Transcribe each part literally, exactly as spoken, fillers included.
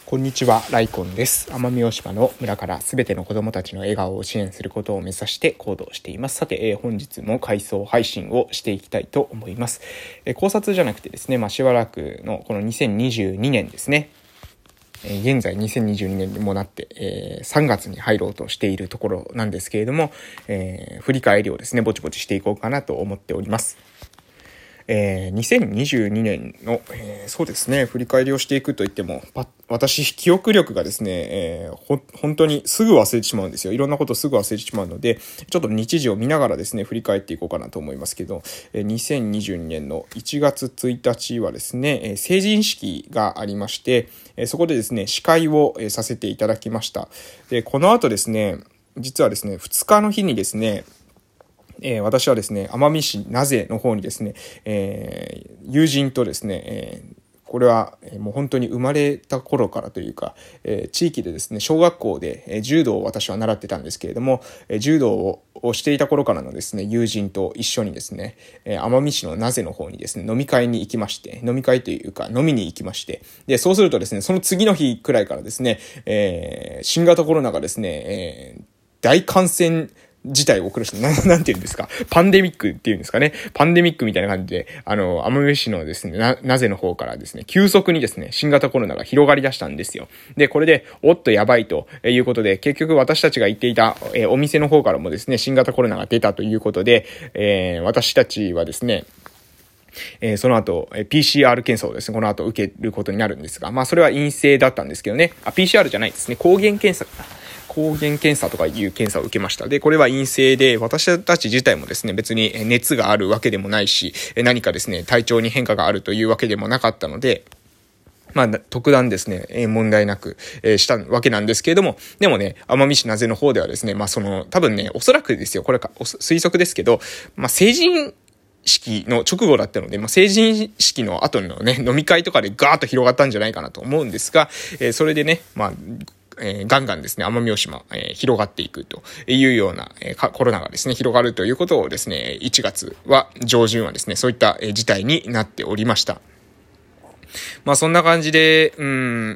こんにちは、ライコンです。奄美大島の村からすべての子どもたちの笑顔を支援することを目指して行動しています。さて、えー、本日も回想配信をしていきたいと思います。えー、考察じゃなくてですね、まあ、しばらくのこのにせんにじゅうにねんですね。えー、現在にせんにじゅうにねんにもなって、えー、さんがつに入ろうとしているところなんですけれども、えー、振り返りをですね、ぼちぼちしていこうかなと思っております。えー、にせんにじゅうにねんの、えー、そうですね、振り返りをしていくといっても、パ私、記憶力がですね、えー、ほ、本当にすぐ忘れてしまうんですよ。いろんなことをすぐ忘れてしまうので、ちょっと日時を見ながらですね、振り返っていこうかなと思いますけど、えー、にせんにじゅうにねんのいちがつついたちはですね、えー、成人式がありまして、えー、そこでですね、司会を、えー、させていただきました。で、この後ですね、実はですね、ふつかの日にですね、えー、私はですね、奄美市名瀬の方にですね、えー、友人とですね、えー、これはもう本当に生まれた頃からというか、えー、地域でですね、小学校で、えー、柔道を私は習ってたんですけれども、えー、柔道ををしていた頃からのですね、友人と一緒にですね、えー、奄美市の名瀬の方にですね、飲み会に行きまして、飲み会というか飲みに行きまして、で、そうするとですね、その次の日くらいからですね、えー、新型コロナがですね、えー、大感染事態を起こして、な、なんて言うんですか。パンデミックっていうんですかね。パンデミックみたいな感じで、あの、奄美市のですね、な、なぜの方からですね、急速にですね、新型コロナが広がり出したんですよ。で、これで、おっとやばいということで、結局私たちが行っていた、えー、お店の方からもですね、新型コロナが出たということで、えー、私たちはですね、えー、その後、えー、ピーシーアール 検査をですね、この後受けることになるんですが、まあ、それは陰性だったんですけどね。あ、ピーシーアール じゃないですね。抗原検査かな。抗原検査とかいう検査を受けました。で、これは陰性で、私たち自体もですね、別に熱があるわけでもないし、何かですね、体調に変化があるというわけでもなかったので、まあ、特段ですね、えー、問題なく、えー、したわけなんですけれども、でもね、奄美市名瀬の方ではですね、まあ、その、多分ね、おそらくですよ、これか、推測ですけど、まあ、成人、式の直後だったので、まあ、成人式の後のね、飲み会とかでガーッと広がったんじゃないかなと思うんですが、えー、それでね、まあ、えー、ガンガンですね、奄美大島、えー、広がっていくというような、えー、コロナがですね、広がるということをですね、いちがつは、上旬はですね、そういった、えー、事態になっておりました。まあそんな感じで、うん、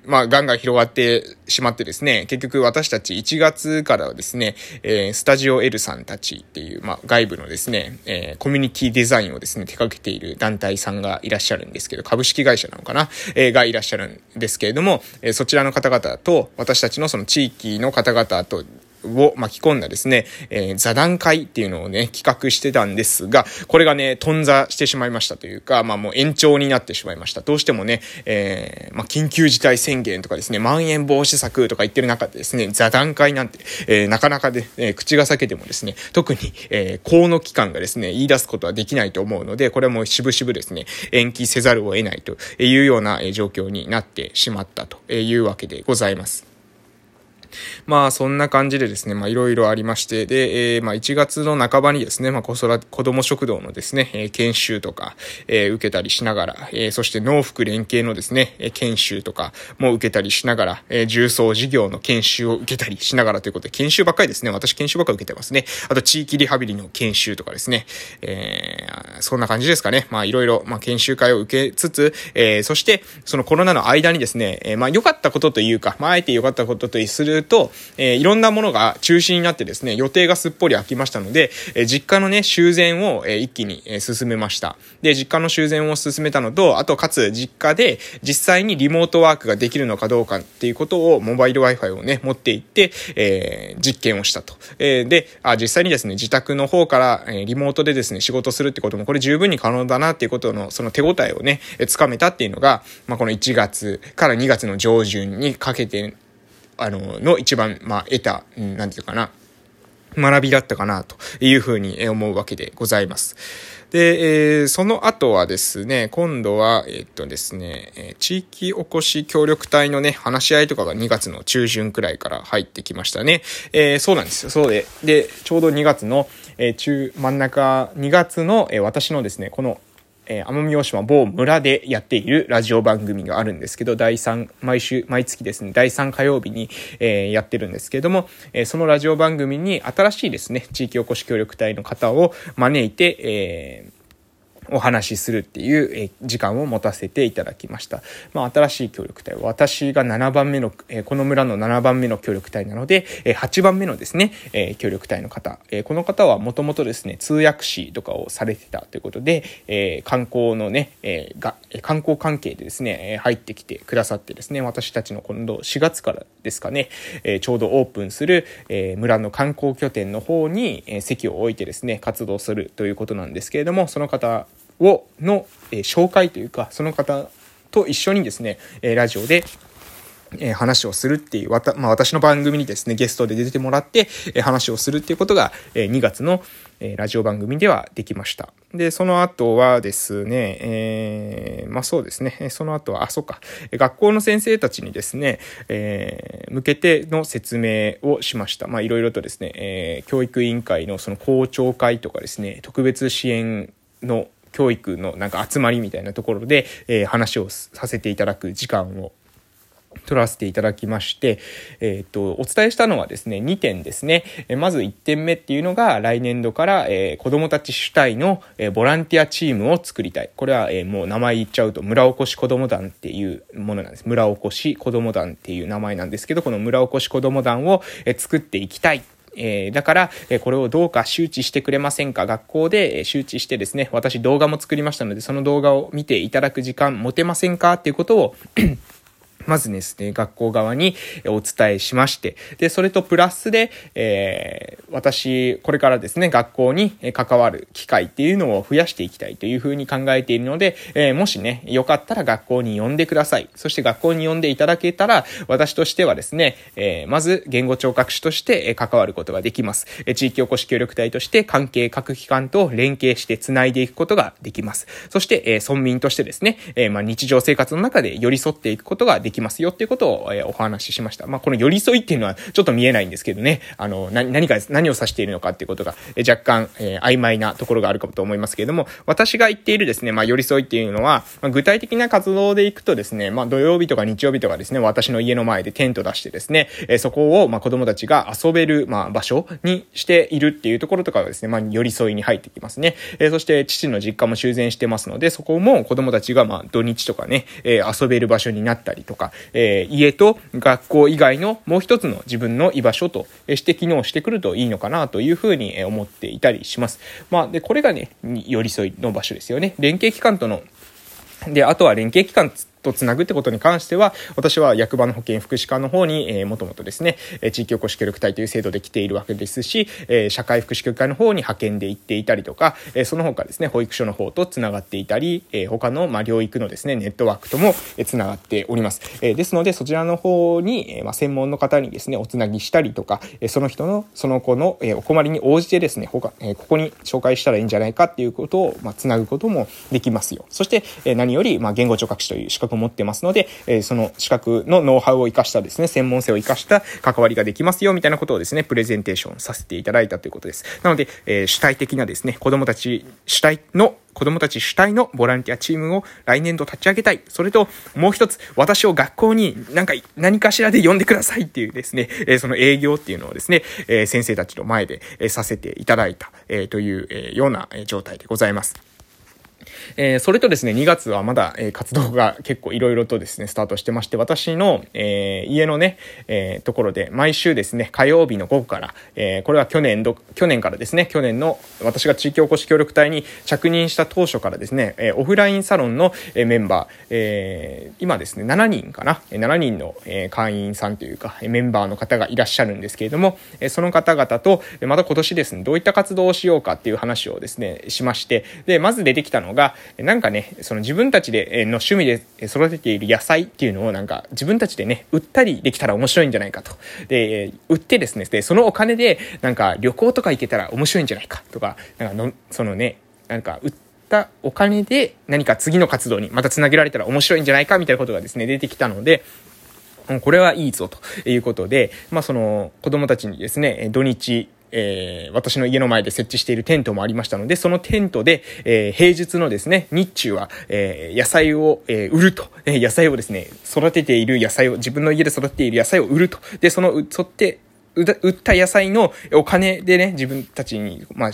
まあガンガン広がってしまってですね、結局私たちいちがつからはですね、えー、スタジオ L さんたちっていう、まあ外部のですね、えー、コミュニティデザインをですね、手掛けている団体さんがいらっしゃるんですけど、株式会社なのかな、えー、がいらっしゃるんですけれども、えー、そちらの方々と私たちのその地域の方々と、を巻き込んだですね、えー、座談会っていうのをね、企画してたんですが、これがね、頓挫してしまいましたというか、まあもう延長になってしまいました。どうしてもね、えー、まあ緊急事態宣言とかですね、まん延防止策とか言ってる中でですね、座談会なんて、えー、なかなかで、えー、口が裂けてもですね、特に、えー、河野機関がですね、言い出すことはできないと思うので、これはもうしぶしぶですね、延期せざるを得ないというような状況になってしまったというわけでございます。まあそんな感じでですね、まあいろいろありまして、で、えー、まあいちがつの半ばにですね、まあ子育て、子供食堂のですね、えー、研修とか、えー、受けたりしながら、えー、そして農福連携のですね、えー、研修とかも受けたりしながら、えー、重曹事業の研修を受けたりしながらということで、研修ばっかりですね、私研修ばっかり受けてますね。あと地域リハビリの研修とかですね、えー、そんな感じですかね。まあいろいろ、まあ研修会を受けつつ、えー、そしてそのコロナの間にですね、えー、まあ良かったことというか、まああえて良かったこととすると、えー、いろんなものが中止になってですね、予定がすっぽり空きましたので、えー、実家のね、修繕を、えー、一気に、えー、進めました。で、実家の修繕を進めたのと、あとかつ実家で実際にリモートワークができるのかどうかっていうことを、モバイル Wi-Fi をね、持って行って、えー、実験をしたと。えー、であ、実際にですね、自宅の方から、えー、リモートでですね、仕事するってことも、これ十分に可能だなっていうことの、その手応えをね、えー、つかめたっていうのが、まあ、このいちがつからにがつの上旬にかけて、あの、の一番、まあ、得た、うん、なんていうかな、学びだったかな、というふうに思うわけでございます。で、えー、その後はですね、今度は、えー、っとですね、えー、地域おこし協力隊のね、話し合いとかがにがつの中旬くらいから入ってきましたね。えー、そうなんですよ。そうで、で、ちょうどにがつの、えー、中、真ん中、にがつの、えー、私のですね、この、えー、奄美大島某村でやっているラジオ番組があるんですけど、だいさん、毎週、毎月ですね、だいさん火曜日に、えー、やってるんですけれども、えー、そのラジオ番組に新しいですね、地域おこし協力隊の方を招いて、えーお話しするっていう、え時間を持たせていただきました。まあ、新しい協力隊は私がななばんめの、えこの村のななばんめの協力隊なので、えはちばんめのですね、え協力隊の方、えこの方はもともとですね、通訳士とかをされてたということで、え観光のね、えが観光関係でですね、入ってきてくださってですね、私たちの今度しがつからですかね、えちょうどオープンする、え村の観光拠点の方に、え席を置いてですね、活動するということなんですけれども、その方をの、えー、紹介というか、その方と一緒にですね、えー、ラジオで、えー、話をするっていうわた、まあ、私の番組にですねゲストで出てもらって、えー、話をするっていうことが、えー、にがつの、えー、ラジオ番組ではできました。でその後はですね、えー、まあそうですねその後はあそうか学校の先生たちにですね、えー、向けての説明をしました。まあいろいろとですね、えー、教育委員会のその校長会とかですね、特別支援の教育のなんか集まりみたいなところで、えー、話をさせていただく時間を取らせていただきまして、えー、っとお伝えしたのはですねにてんですね。まずいってんめっていうのが来年度から、えー、子どもたち主体の、えー、ボランティアチームを作りたい。これは、えー、もう名前言っちゃうと村おこし子ども団っていうものなんです。村おこし子ども団っていう名前なんですけど、この村おこし子ども団を、えー、作っていきたい。えー、だから、えー、これをどうか周知してくれませんか。学校で、えー、周知してですね、私動画も作りましたので、その動画を見ていただく時間持てませんかっていうことをまずですね、学校側にお伝えしまして、で、それとプラスで、えー、私、これからですね、学校に関わる機会っていうのを増やしていきたいというふうに考えているので、えー、もしね、よかったら学校に呼んでください。そして学校に呼んでいただけたら、私としてはですね、えー、まず言語聴覚士として関わることができます。地域おこし協力隊として関係各機関と連携してつないでいくことができます。そして、えー、村民としてですね、えー、まあ日常生活の中で寄り添っていくことができます。ますよっていうことを、えー、お話ししました。まあ、この寄り添いっていうのはちょっと見えないんですけどね、あの、な何か、何を指しているのかっていうことが、えー、若干、えー、曖昧なところがあるかと思いますけれども、私が言っているですね、まあ、寄り添いっていうのは、まあ、具体的な活動でいくとですね、まあ、土曜日とか日曜日とかですね、私の家の前でテント出してですね、えー、そこを、まあ、子供たちが遊べる、まあ、場所にしているっていうところとかはですね、まあ、寄り添いに入ってきますね。えー、そして父の実家も修繕してますので、そこも子供たちが、まあ、土日とかね、えー、遊べる場所になったりとか、えー、家と学校以外のもう一つの自分の居場所として機能してくるといいのかなというふうに思っていたりします。まあ、で、これがね、寄り添いの場所ですよね。連携機関との、で、あとは連携機関とつなぐってことに関しては、私は役場の保健福祉課の方に、えー、もともとですね、地域おこし協力隊という制度で来ているわけですし、えー、社会福祉協会の方に派遣で行っていたりとか、えー、その他ですね、保育所の方とつながっていたり、えー、他の、まあ、療育のですね、ネットワークとも、えー、つながっております。えー、ですので、そちらの方に、えーまあ、専門の方にですね、おつなぎしたりとか、えー、その人の、その子の、えー、お困りに応じてですね、他、えー、ここに紹介したらいいんじゃないかっていうことを、まあ、つなぐこともできますよ。そして、えー、何より、まあ、言語聴覚士という資格を持ってますので、えー、その資格のノウハウを生かしたですね、専門性を生かした関わりができますよみたいなことをですね、プレゼンテーションさせていただいたということです。なので、えー、主体的なですね、子供たち主体の子供たち主体のボランティアチームを来年度立ち上げたい。それともう一つ、私を学校になんか何かしらで呼んでくださいっていうですね、えー、その営業っていうのをですね、えー、先生たちの前で、えー、させていただいた、えー、という、えー、ような、えー、状態でございます。えー、それとですね、にがつはまだ、えー、活動が結構いろいろとですね、スタートしてまして、私の、えー、家のね、えー、ところで、毎週ですね、火曜日の午後から、えー、これは去年ど、去年からですね、去年の私が地域おこし協力隊に着任した当初からですね、えー、オフラインサロンの、えー、メンバー、えー、今ですね、しちにんかな、しちにんの、えー、会員さんというか、メンバーの方がいらっしゃるんですけれども、えー、その方々と、また今年ですね、どういった活動をしようかっていう話をですね、しまして、で、まず出てきたのが、なんかね、その自分たちでの趣味で育てている野菜っていうのをなんか自分たちでね、売ったりできたら面白いんじゃないかと。で、売ってですね、で、そのお金でなんか旅行とか行けたら面白いんじゃないかとか、なんかの、そのね、なんか売ったお金で何か次の活動にまたつなげられたら面白いんじゃないかみたいなことがですね、出てきたので、これはいいぞということで、まあその子供たちにですね、土日、えー、私の家の前で設置しているテントもありましたので、そのテントで、えー、平日のですね、日中は、えー、野菜を、えー、売ると、えー、野菜をですね、育てている野菜を、自分の家で育てている野菜を売ると。で、その、そって、売った野菜のお金でね、自分たちに、まあ、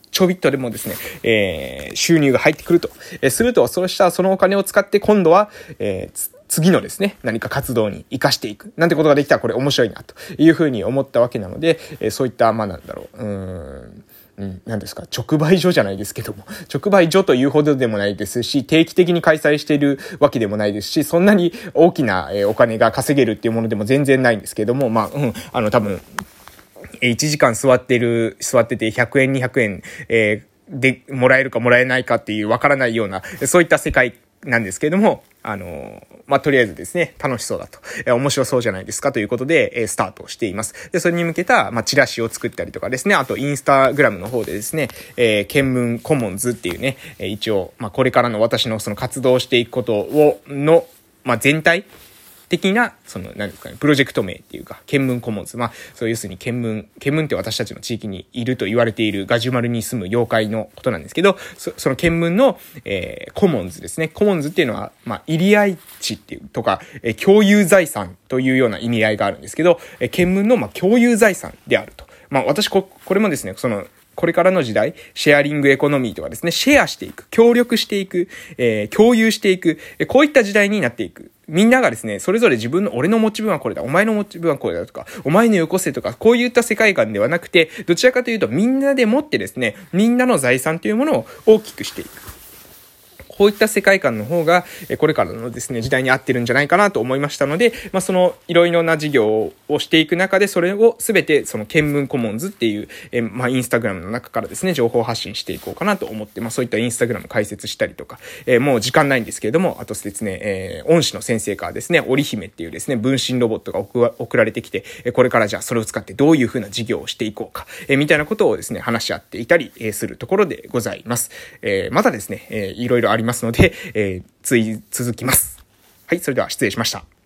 ちょびっとでもですね、えー、収入が入ってくると、えー、すると、そうしたそのお金を使って今度は、えー、次のですね、何か活動に活かしていく。なんてことができたらこれ面白いな、というふうに思ったわけなので、えー、そういった、まあなんだろう、うーん、うん、何ですか、直売所じゃないですけども、直売所というほどでもないですし、定期的に開催しているわけでもないですし、そんなに大きなお金が稼げるっていうものでも全然ないんですけども、まあ、うん、あの、多分、いちじかん座ってる、座っててひゃくえん、にひゃくえん、えー、で、もらえるかもらえないかっていうわからないような、そういった世界なんですけれども、あの、まあ、とりあえずですね、楽しそうだと、えー、面白そうじゃないですかということで、えー、スタートをしています。で、それに向けた、まあ、チラシを作ったりとかですね、あと、インスタグラムの方でですね、えー、見聞コモンズっていうね、えー、一応、まあ、これからの私のその活動していくことを、の、まあ、全体、的な、その、何ですかね、プロジェクト名っていうか、見聞コモンズ。まあ、そういう要するに、見聞、見聞って私たちの地域にいると言われているガジュマルに住む妖怪のことなんですけど、そ, その見聞の、えー、コモンズですね。コモンズっていうのは、まあ、入り合い地っていうとか、えー、共有財産というような意味合いがあるんですけど、えー、見聞の、まあ、共有財産であると。まあ、私こ、これもですね、その、これからの時代、シェアリングエコノミーとかですね、シェアしていく、協力していく、えー、共有していく、こういった時代になっていく。みんながですね、それぞれ自分の、俺の持ち分はこれだ、お前の持ち分はこれだとか、お前のよこせとか、こういった世界観ではなくて、どちらかというとみんなでもってですね、みんなの財産というものを大きくしていく。こういった世界観の方が、これからのですね、時代に合ってるんじゃないかなと思いましたので、まあ、その、いろいろな事業をしていく中で、それをすべて、その、見聞コモンズっていう、えまあ、インスタグラムの中からですね、情報発信していこうかなと思って、まあ、そういったインスタグラム解説したりとか、えー、もう時間ないんですけれども、あとですね、えー、恩師の先生からですね、織姫っていうですね、分身ロボットが送られてきて、これからじゃあそれを使ってどういうふうな事業をしていこうか、えー、みたいなことをですね、話し合っていたりするところでございます。えー、またですね、えー、いろいろありますので、えー、つい続きます。はい、それでは失礼しました。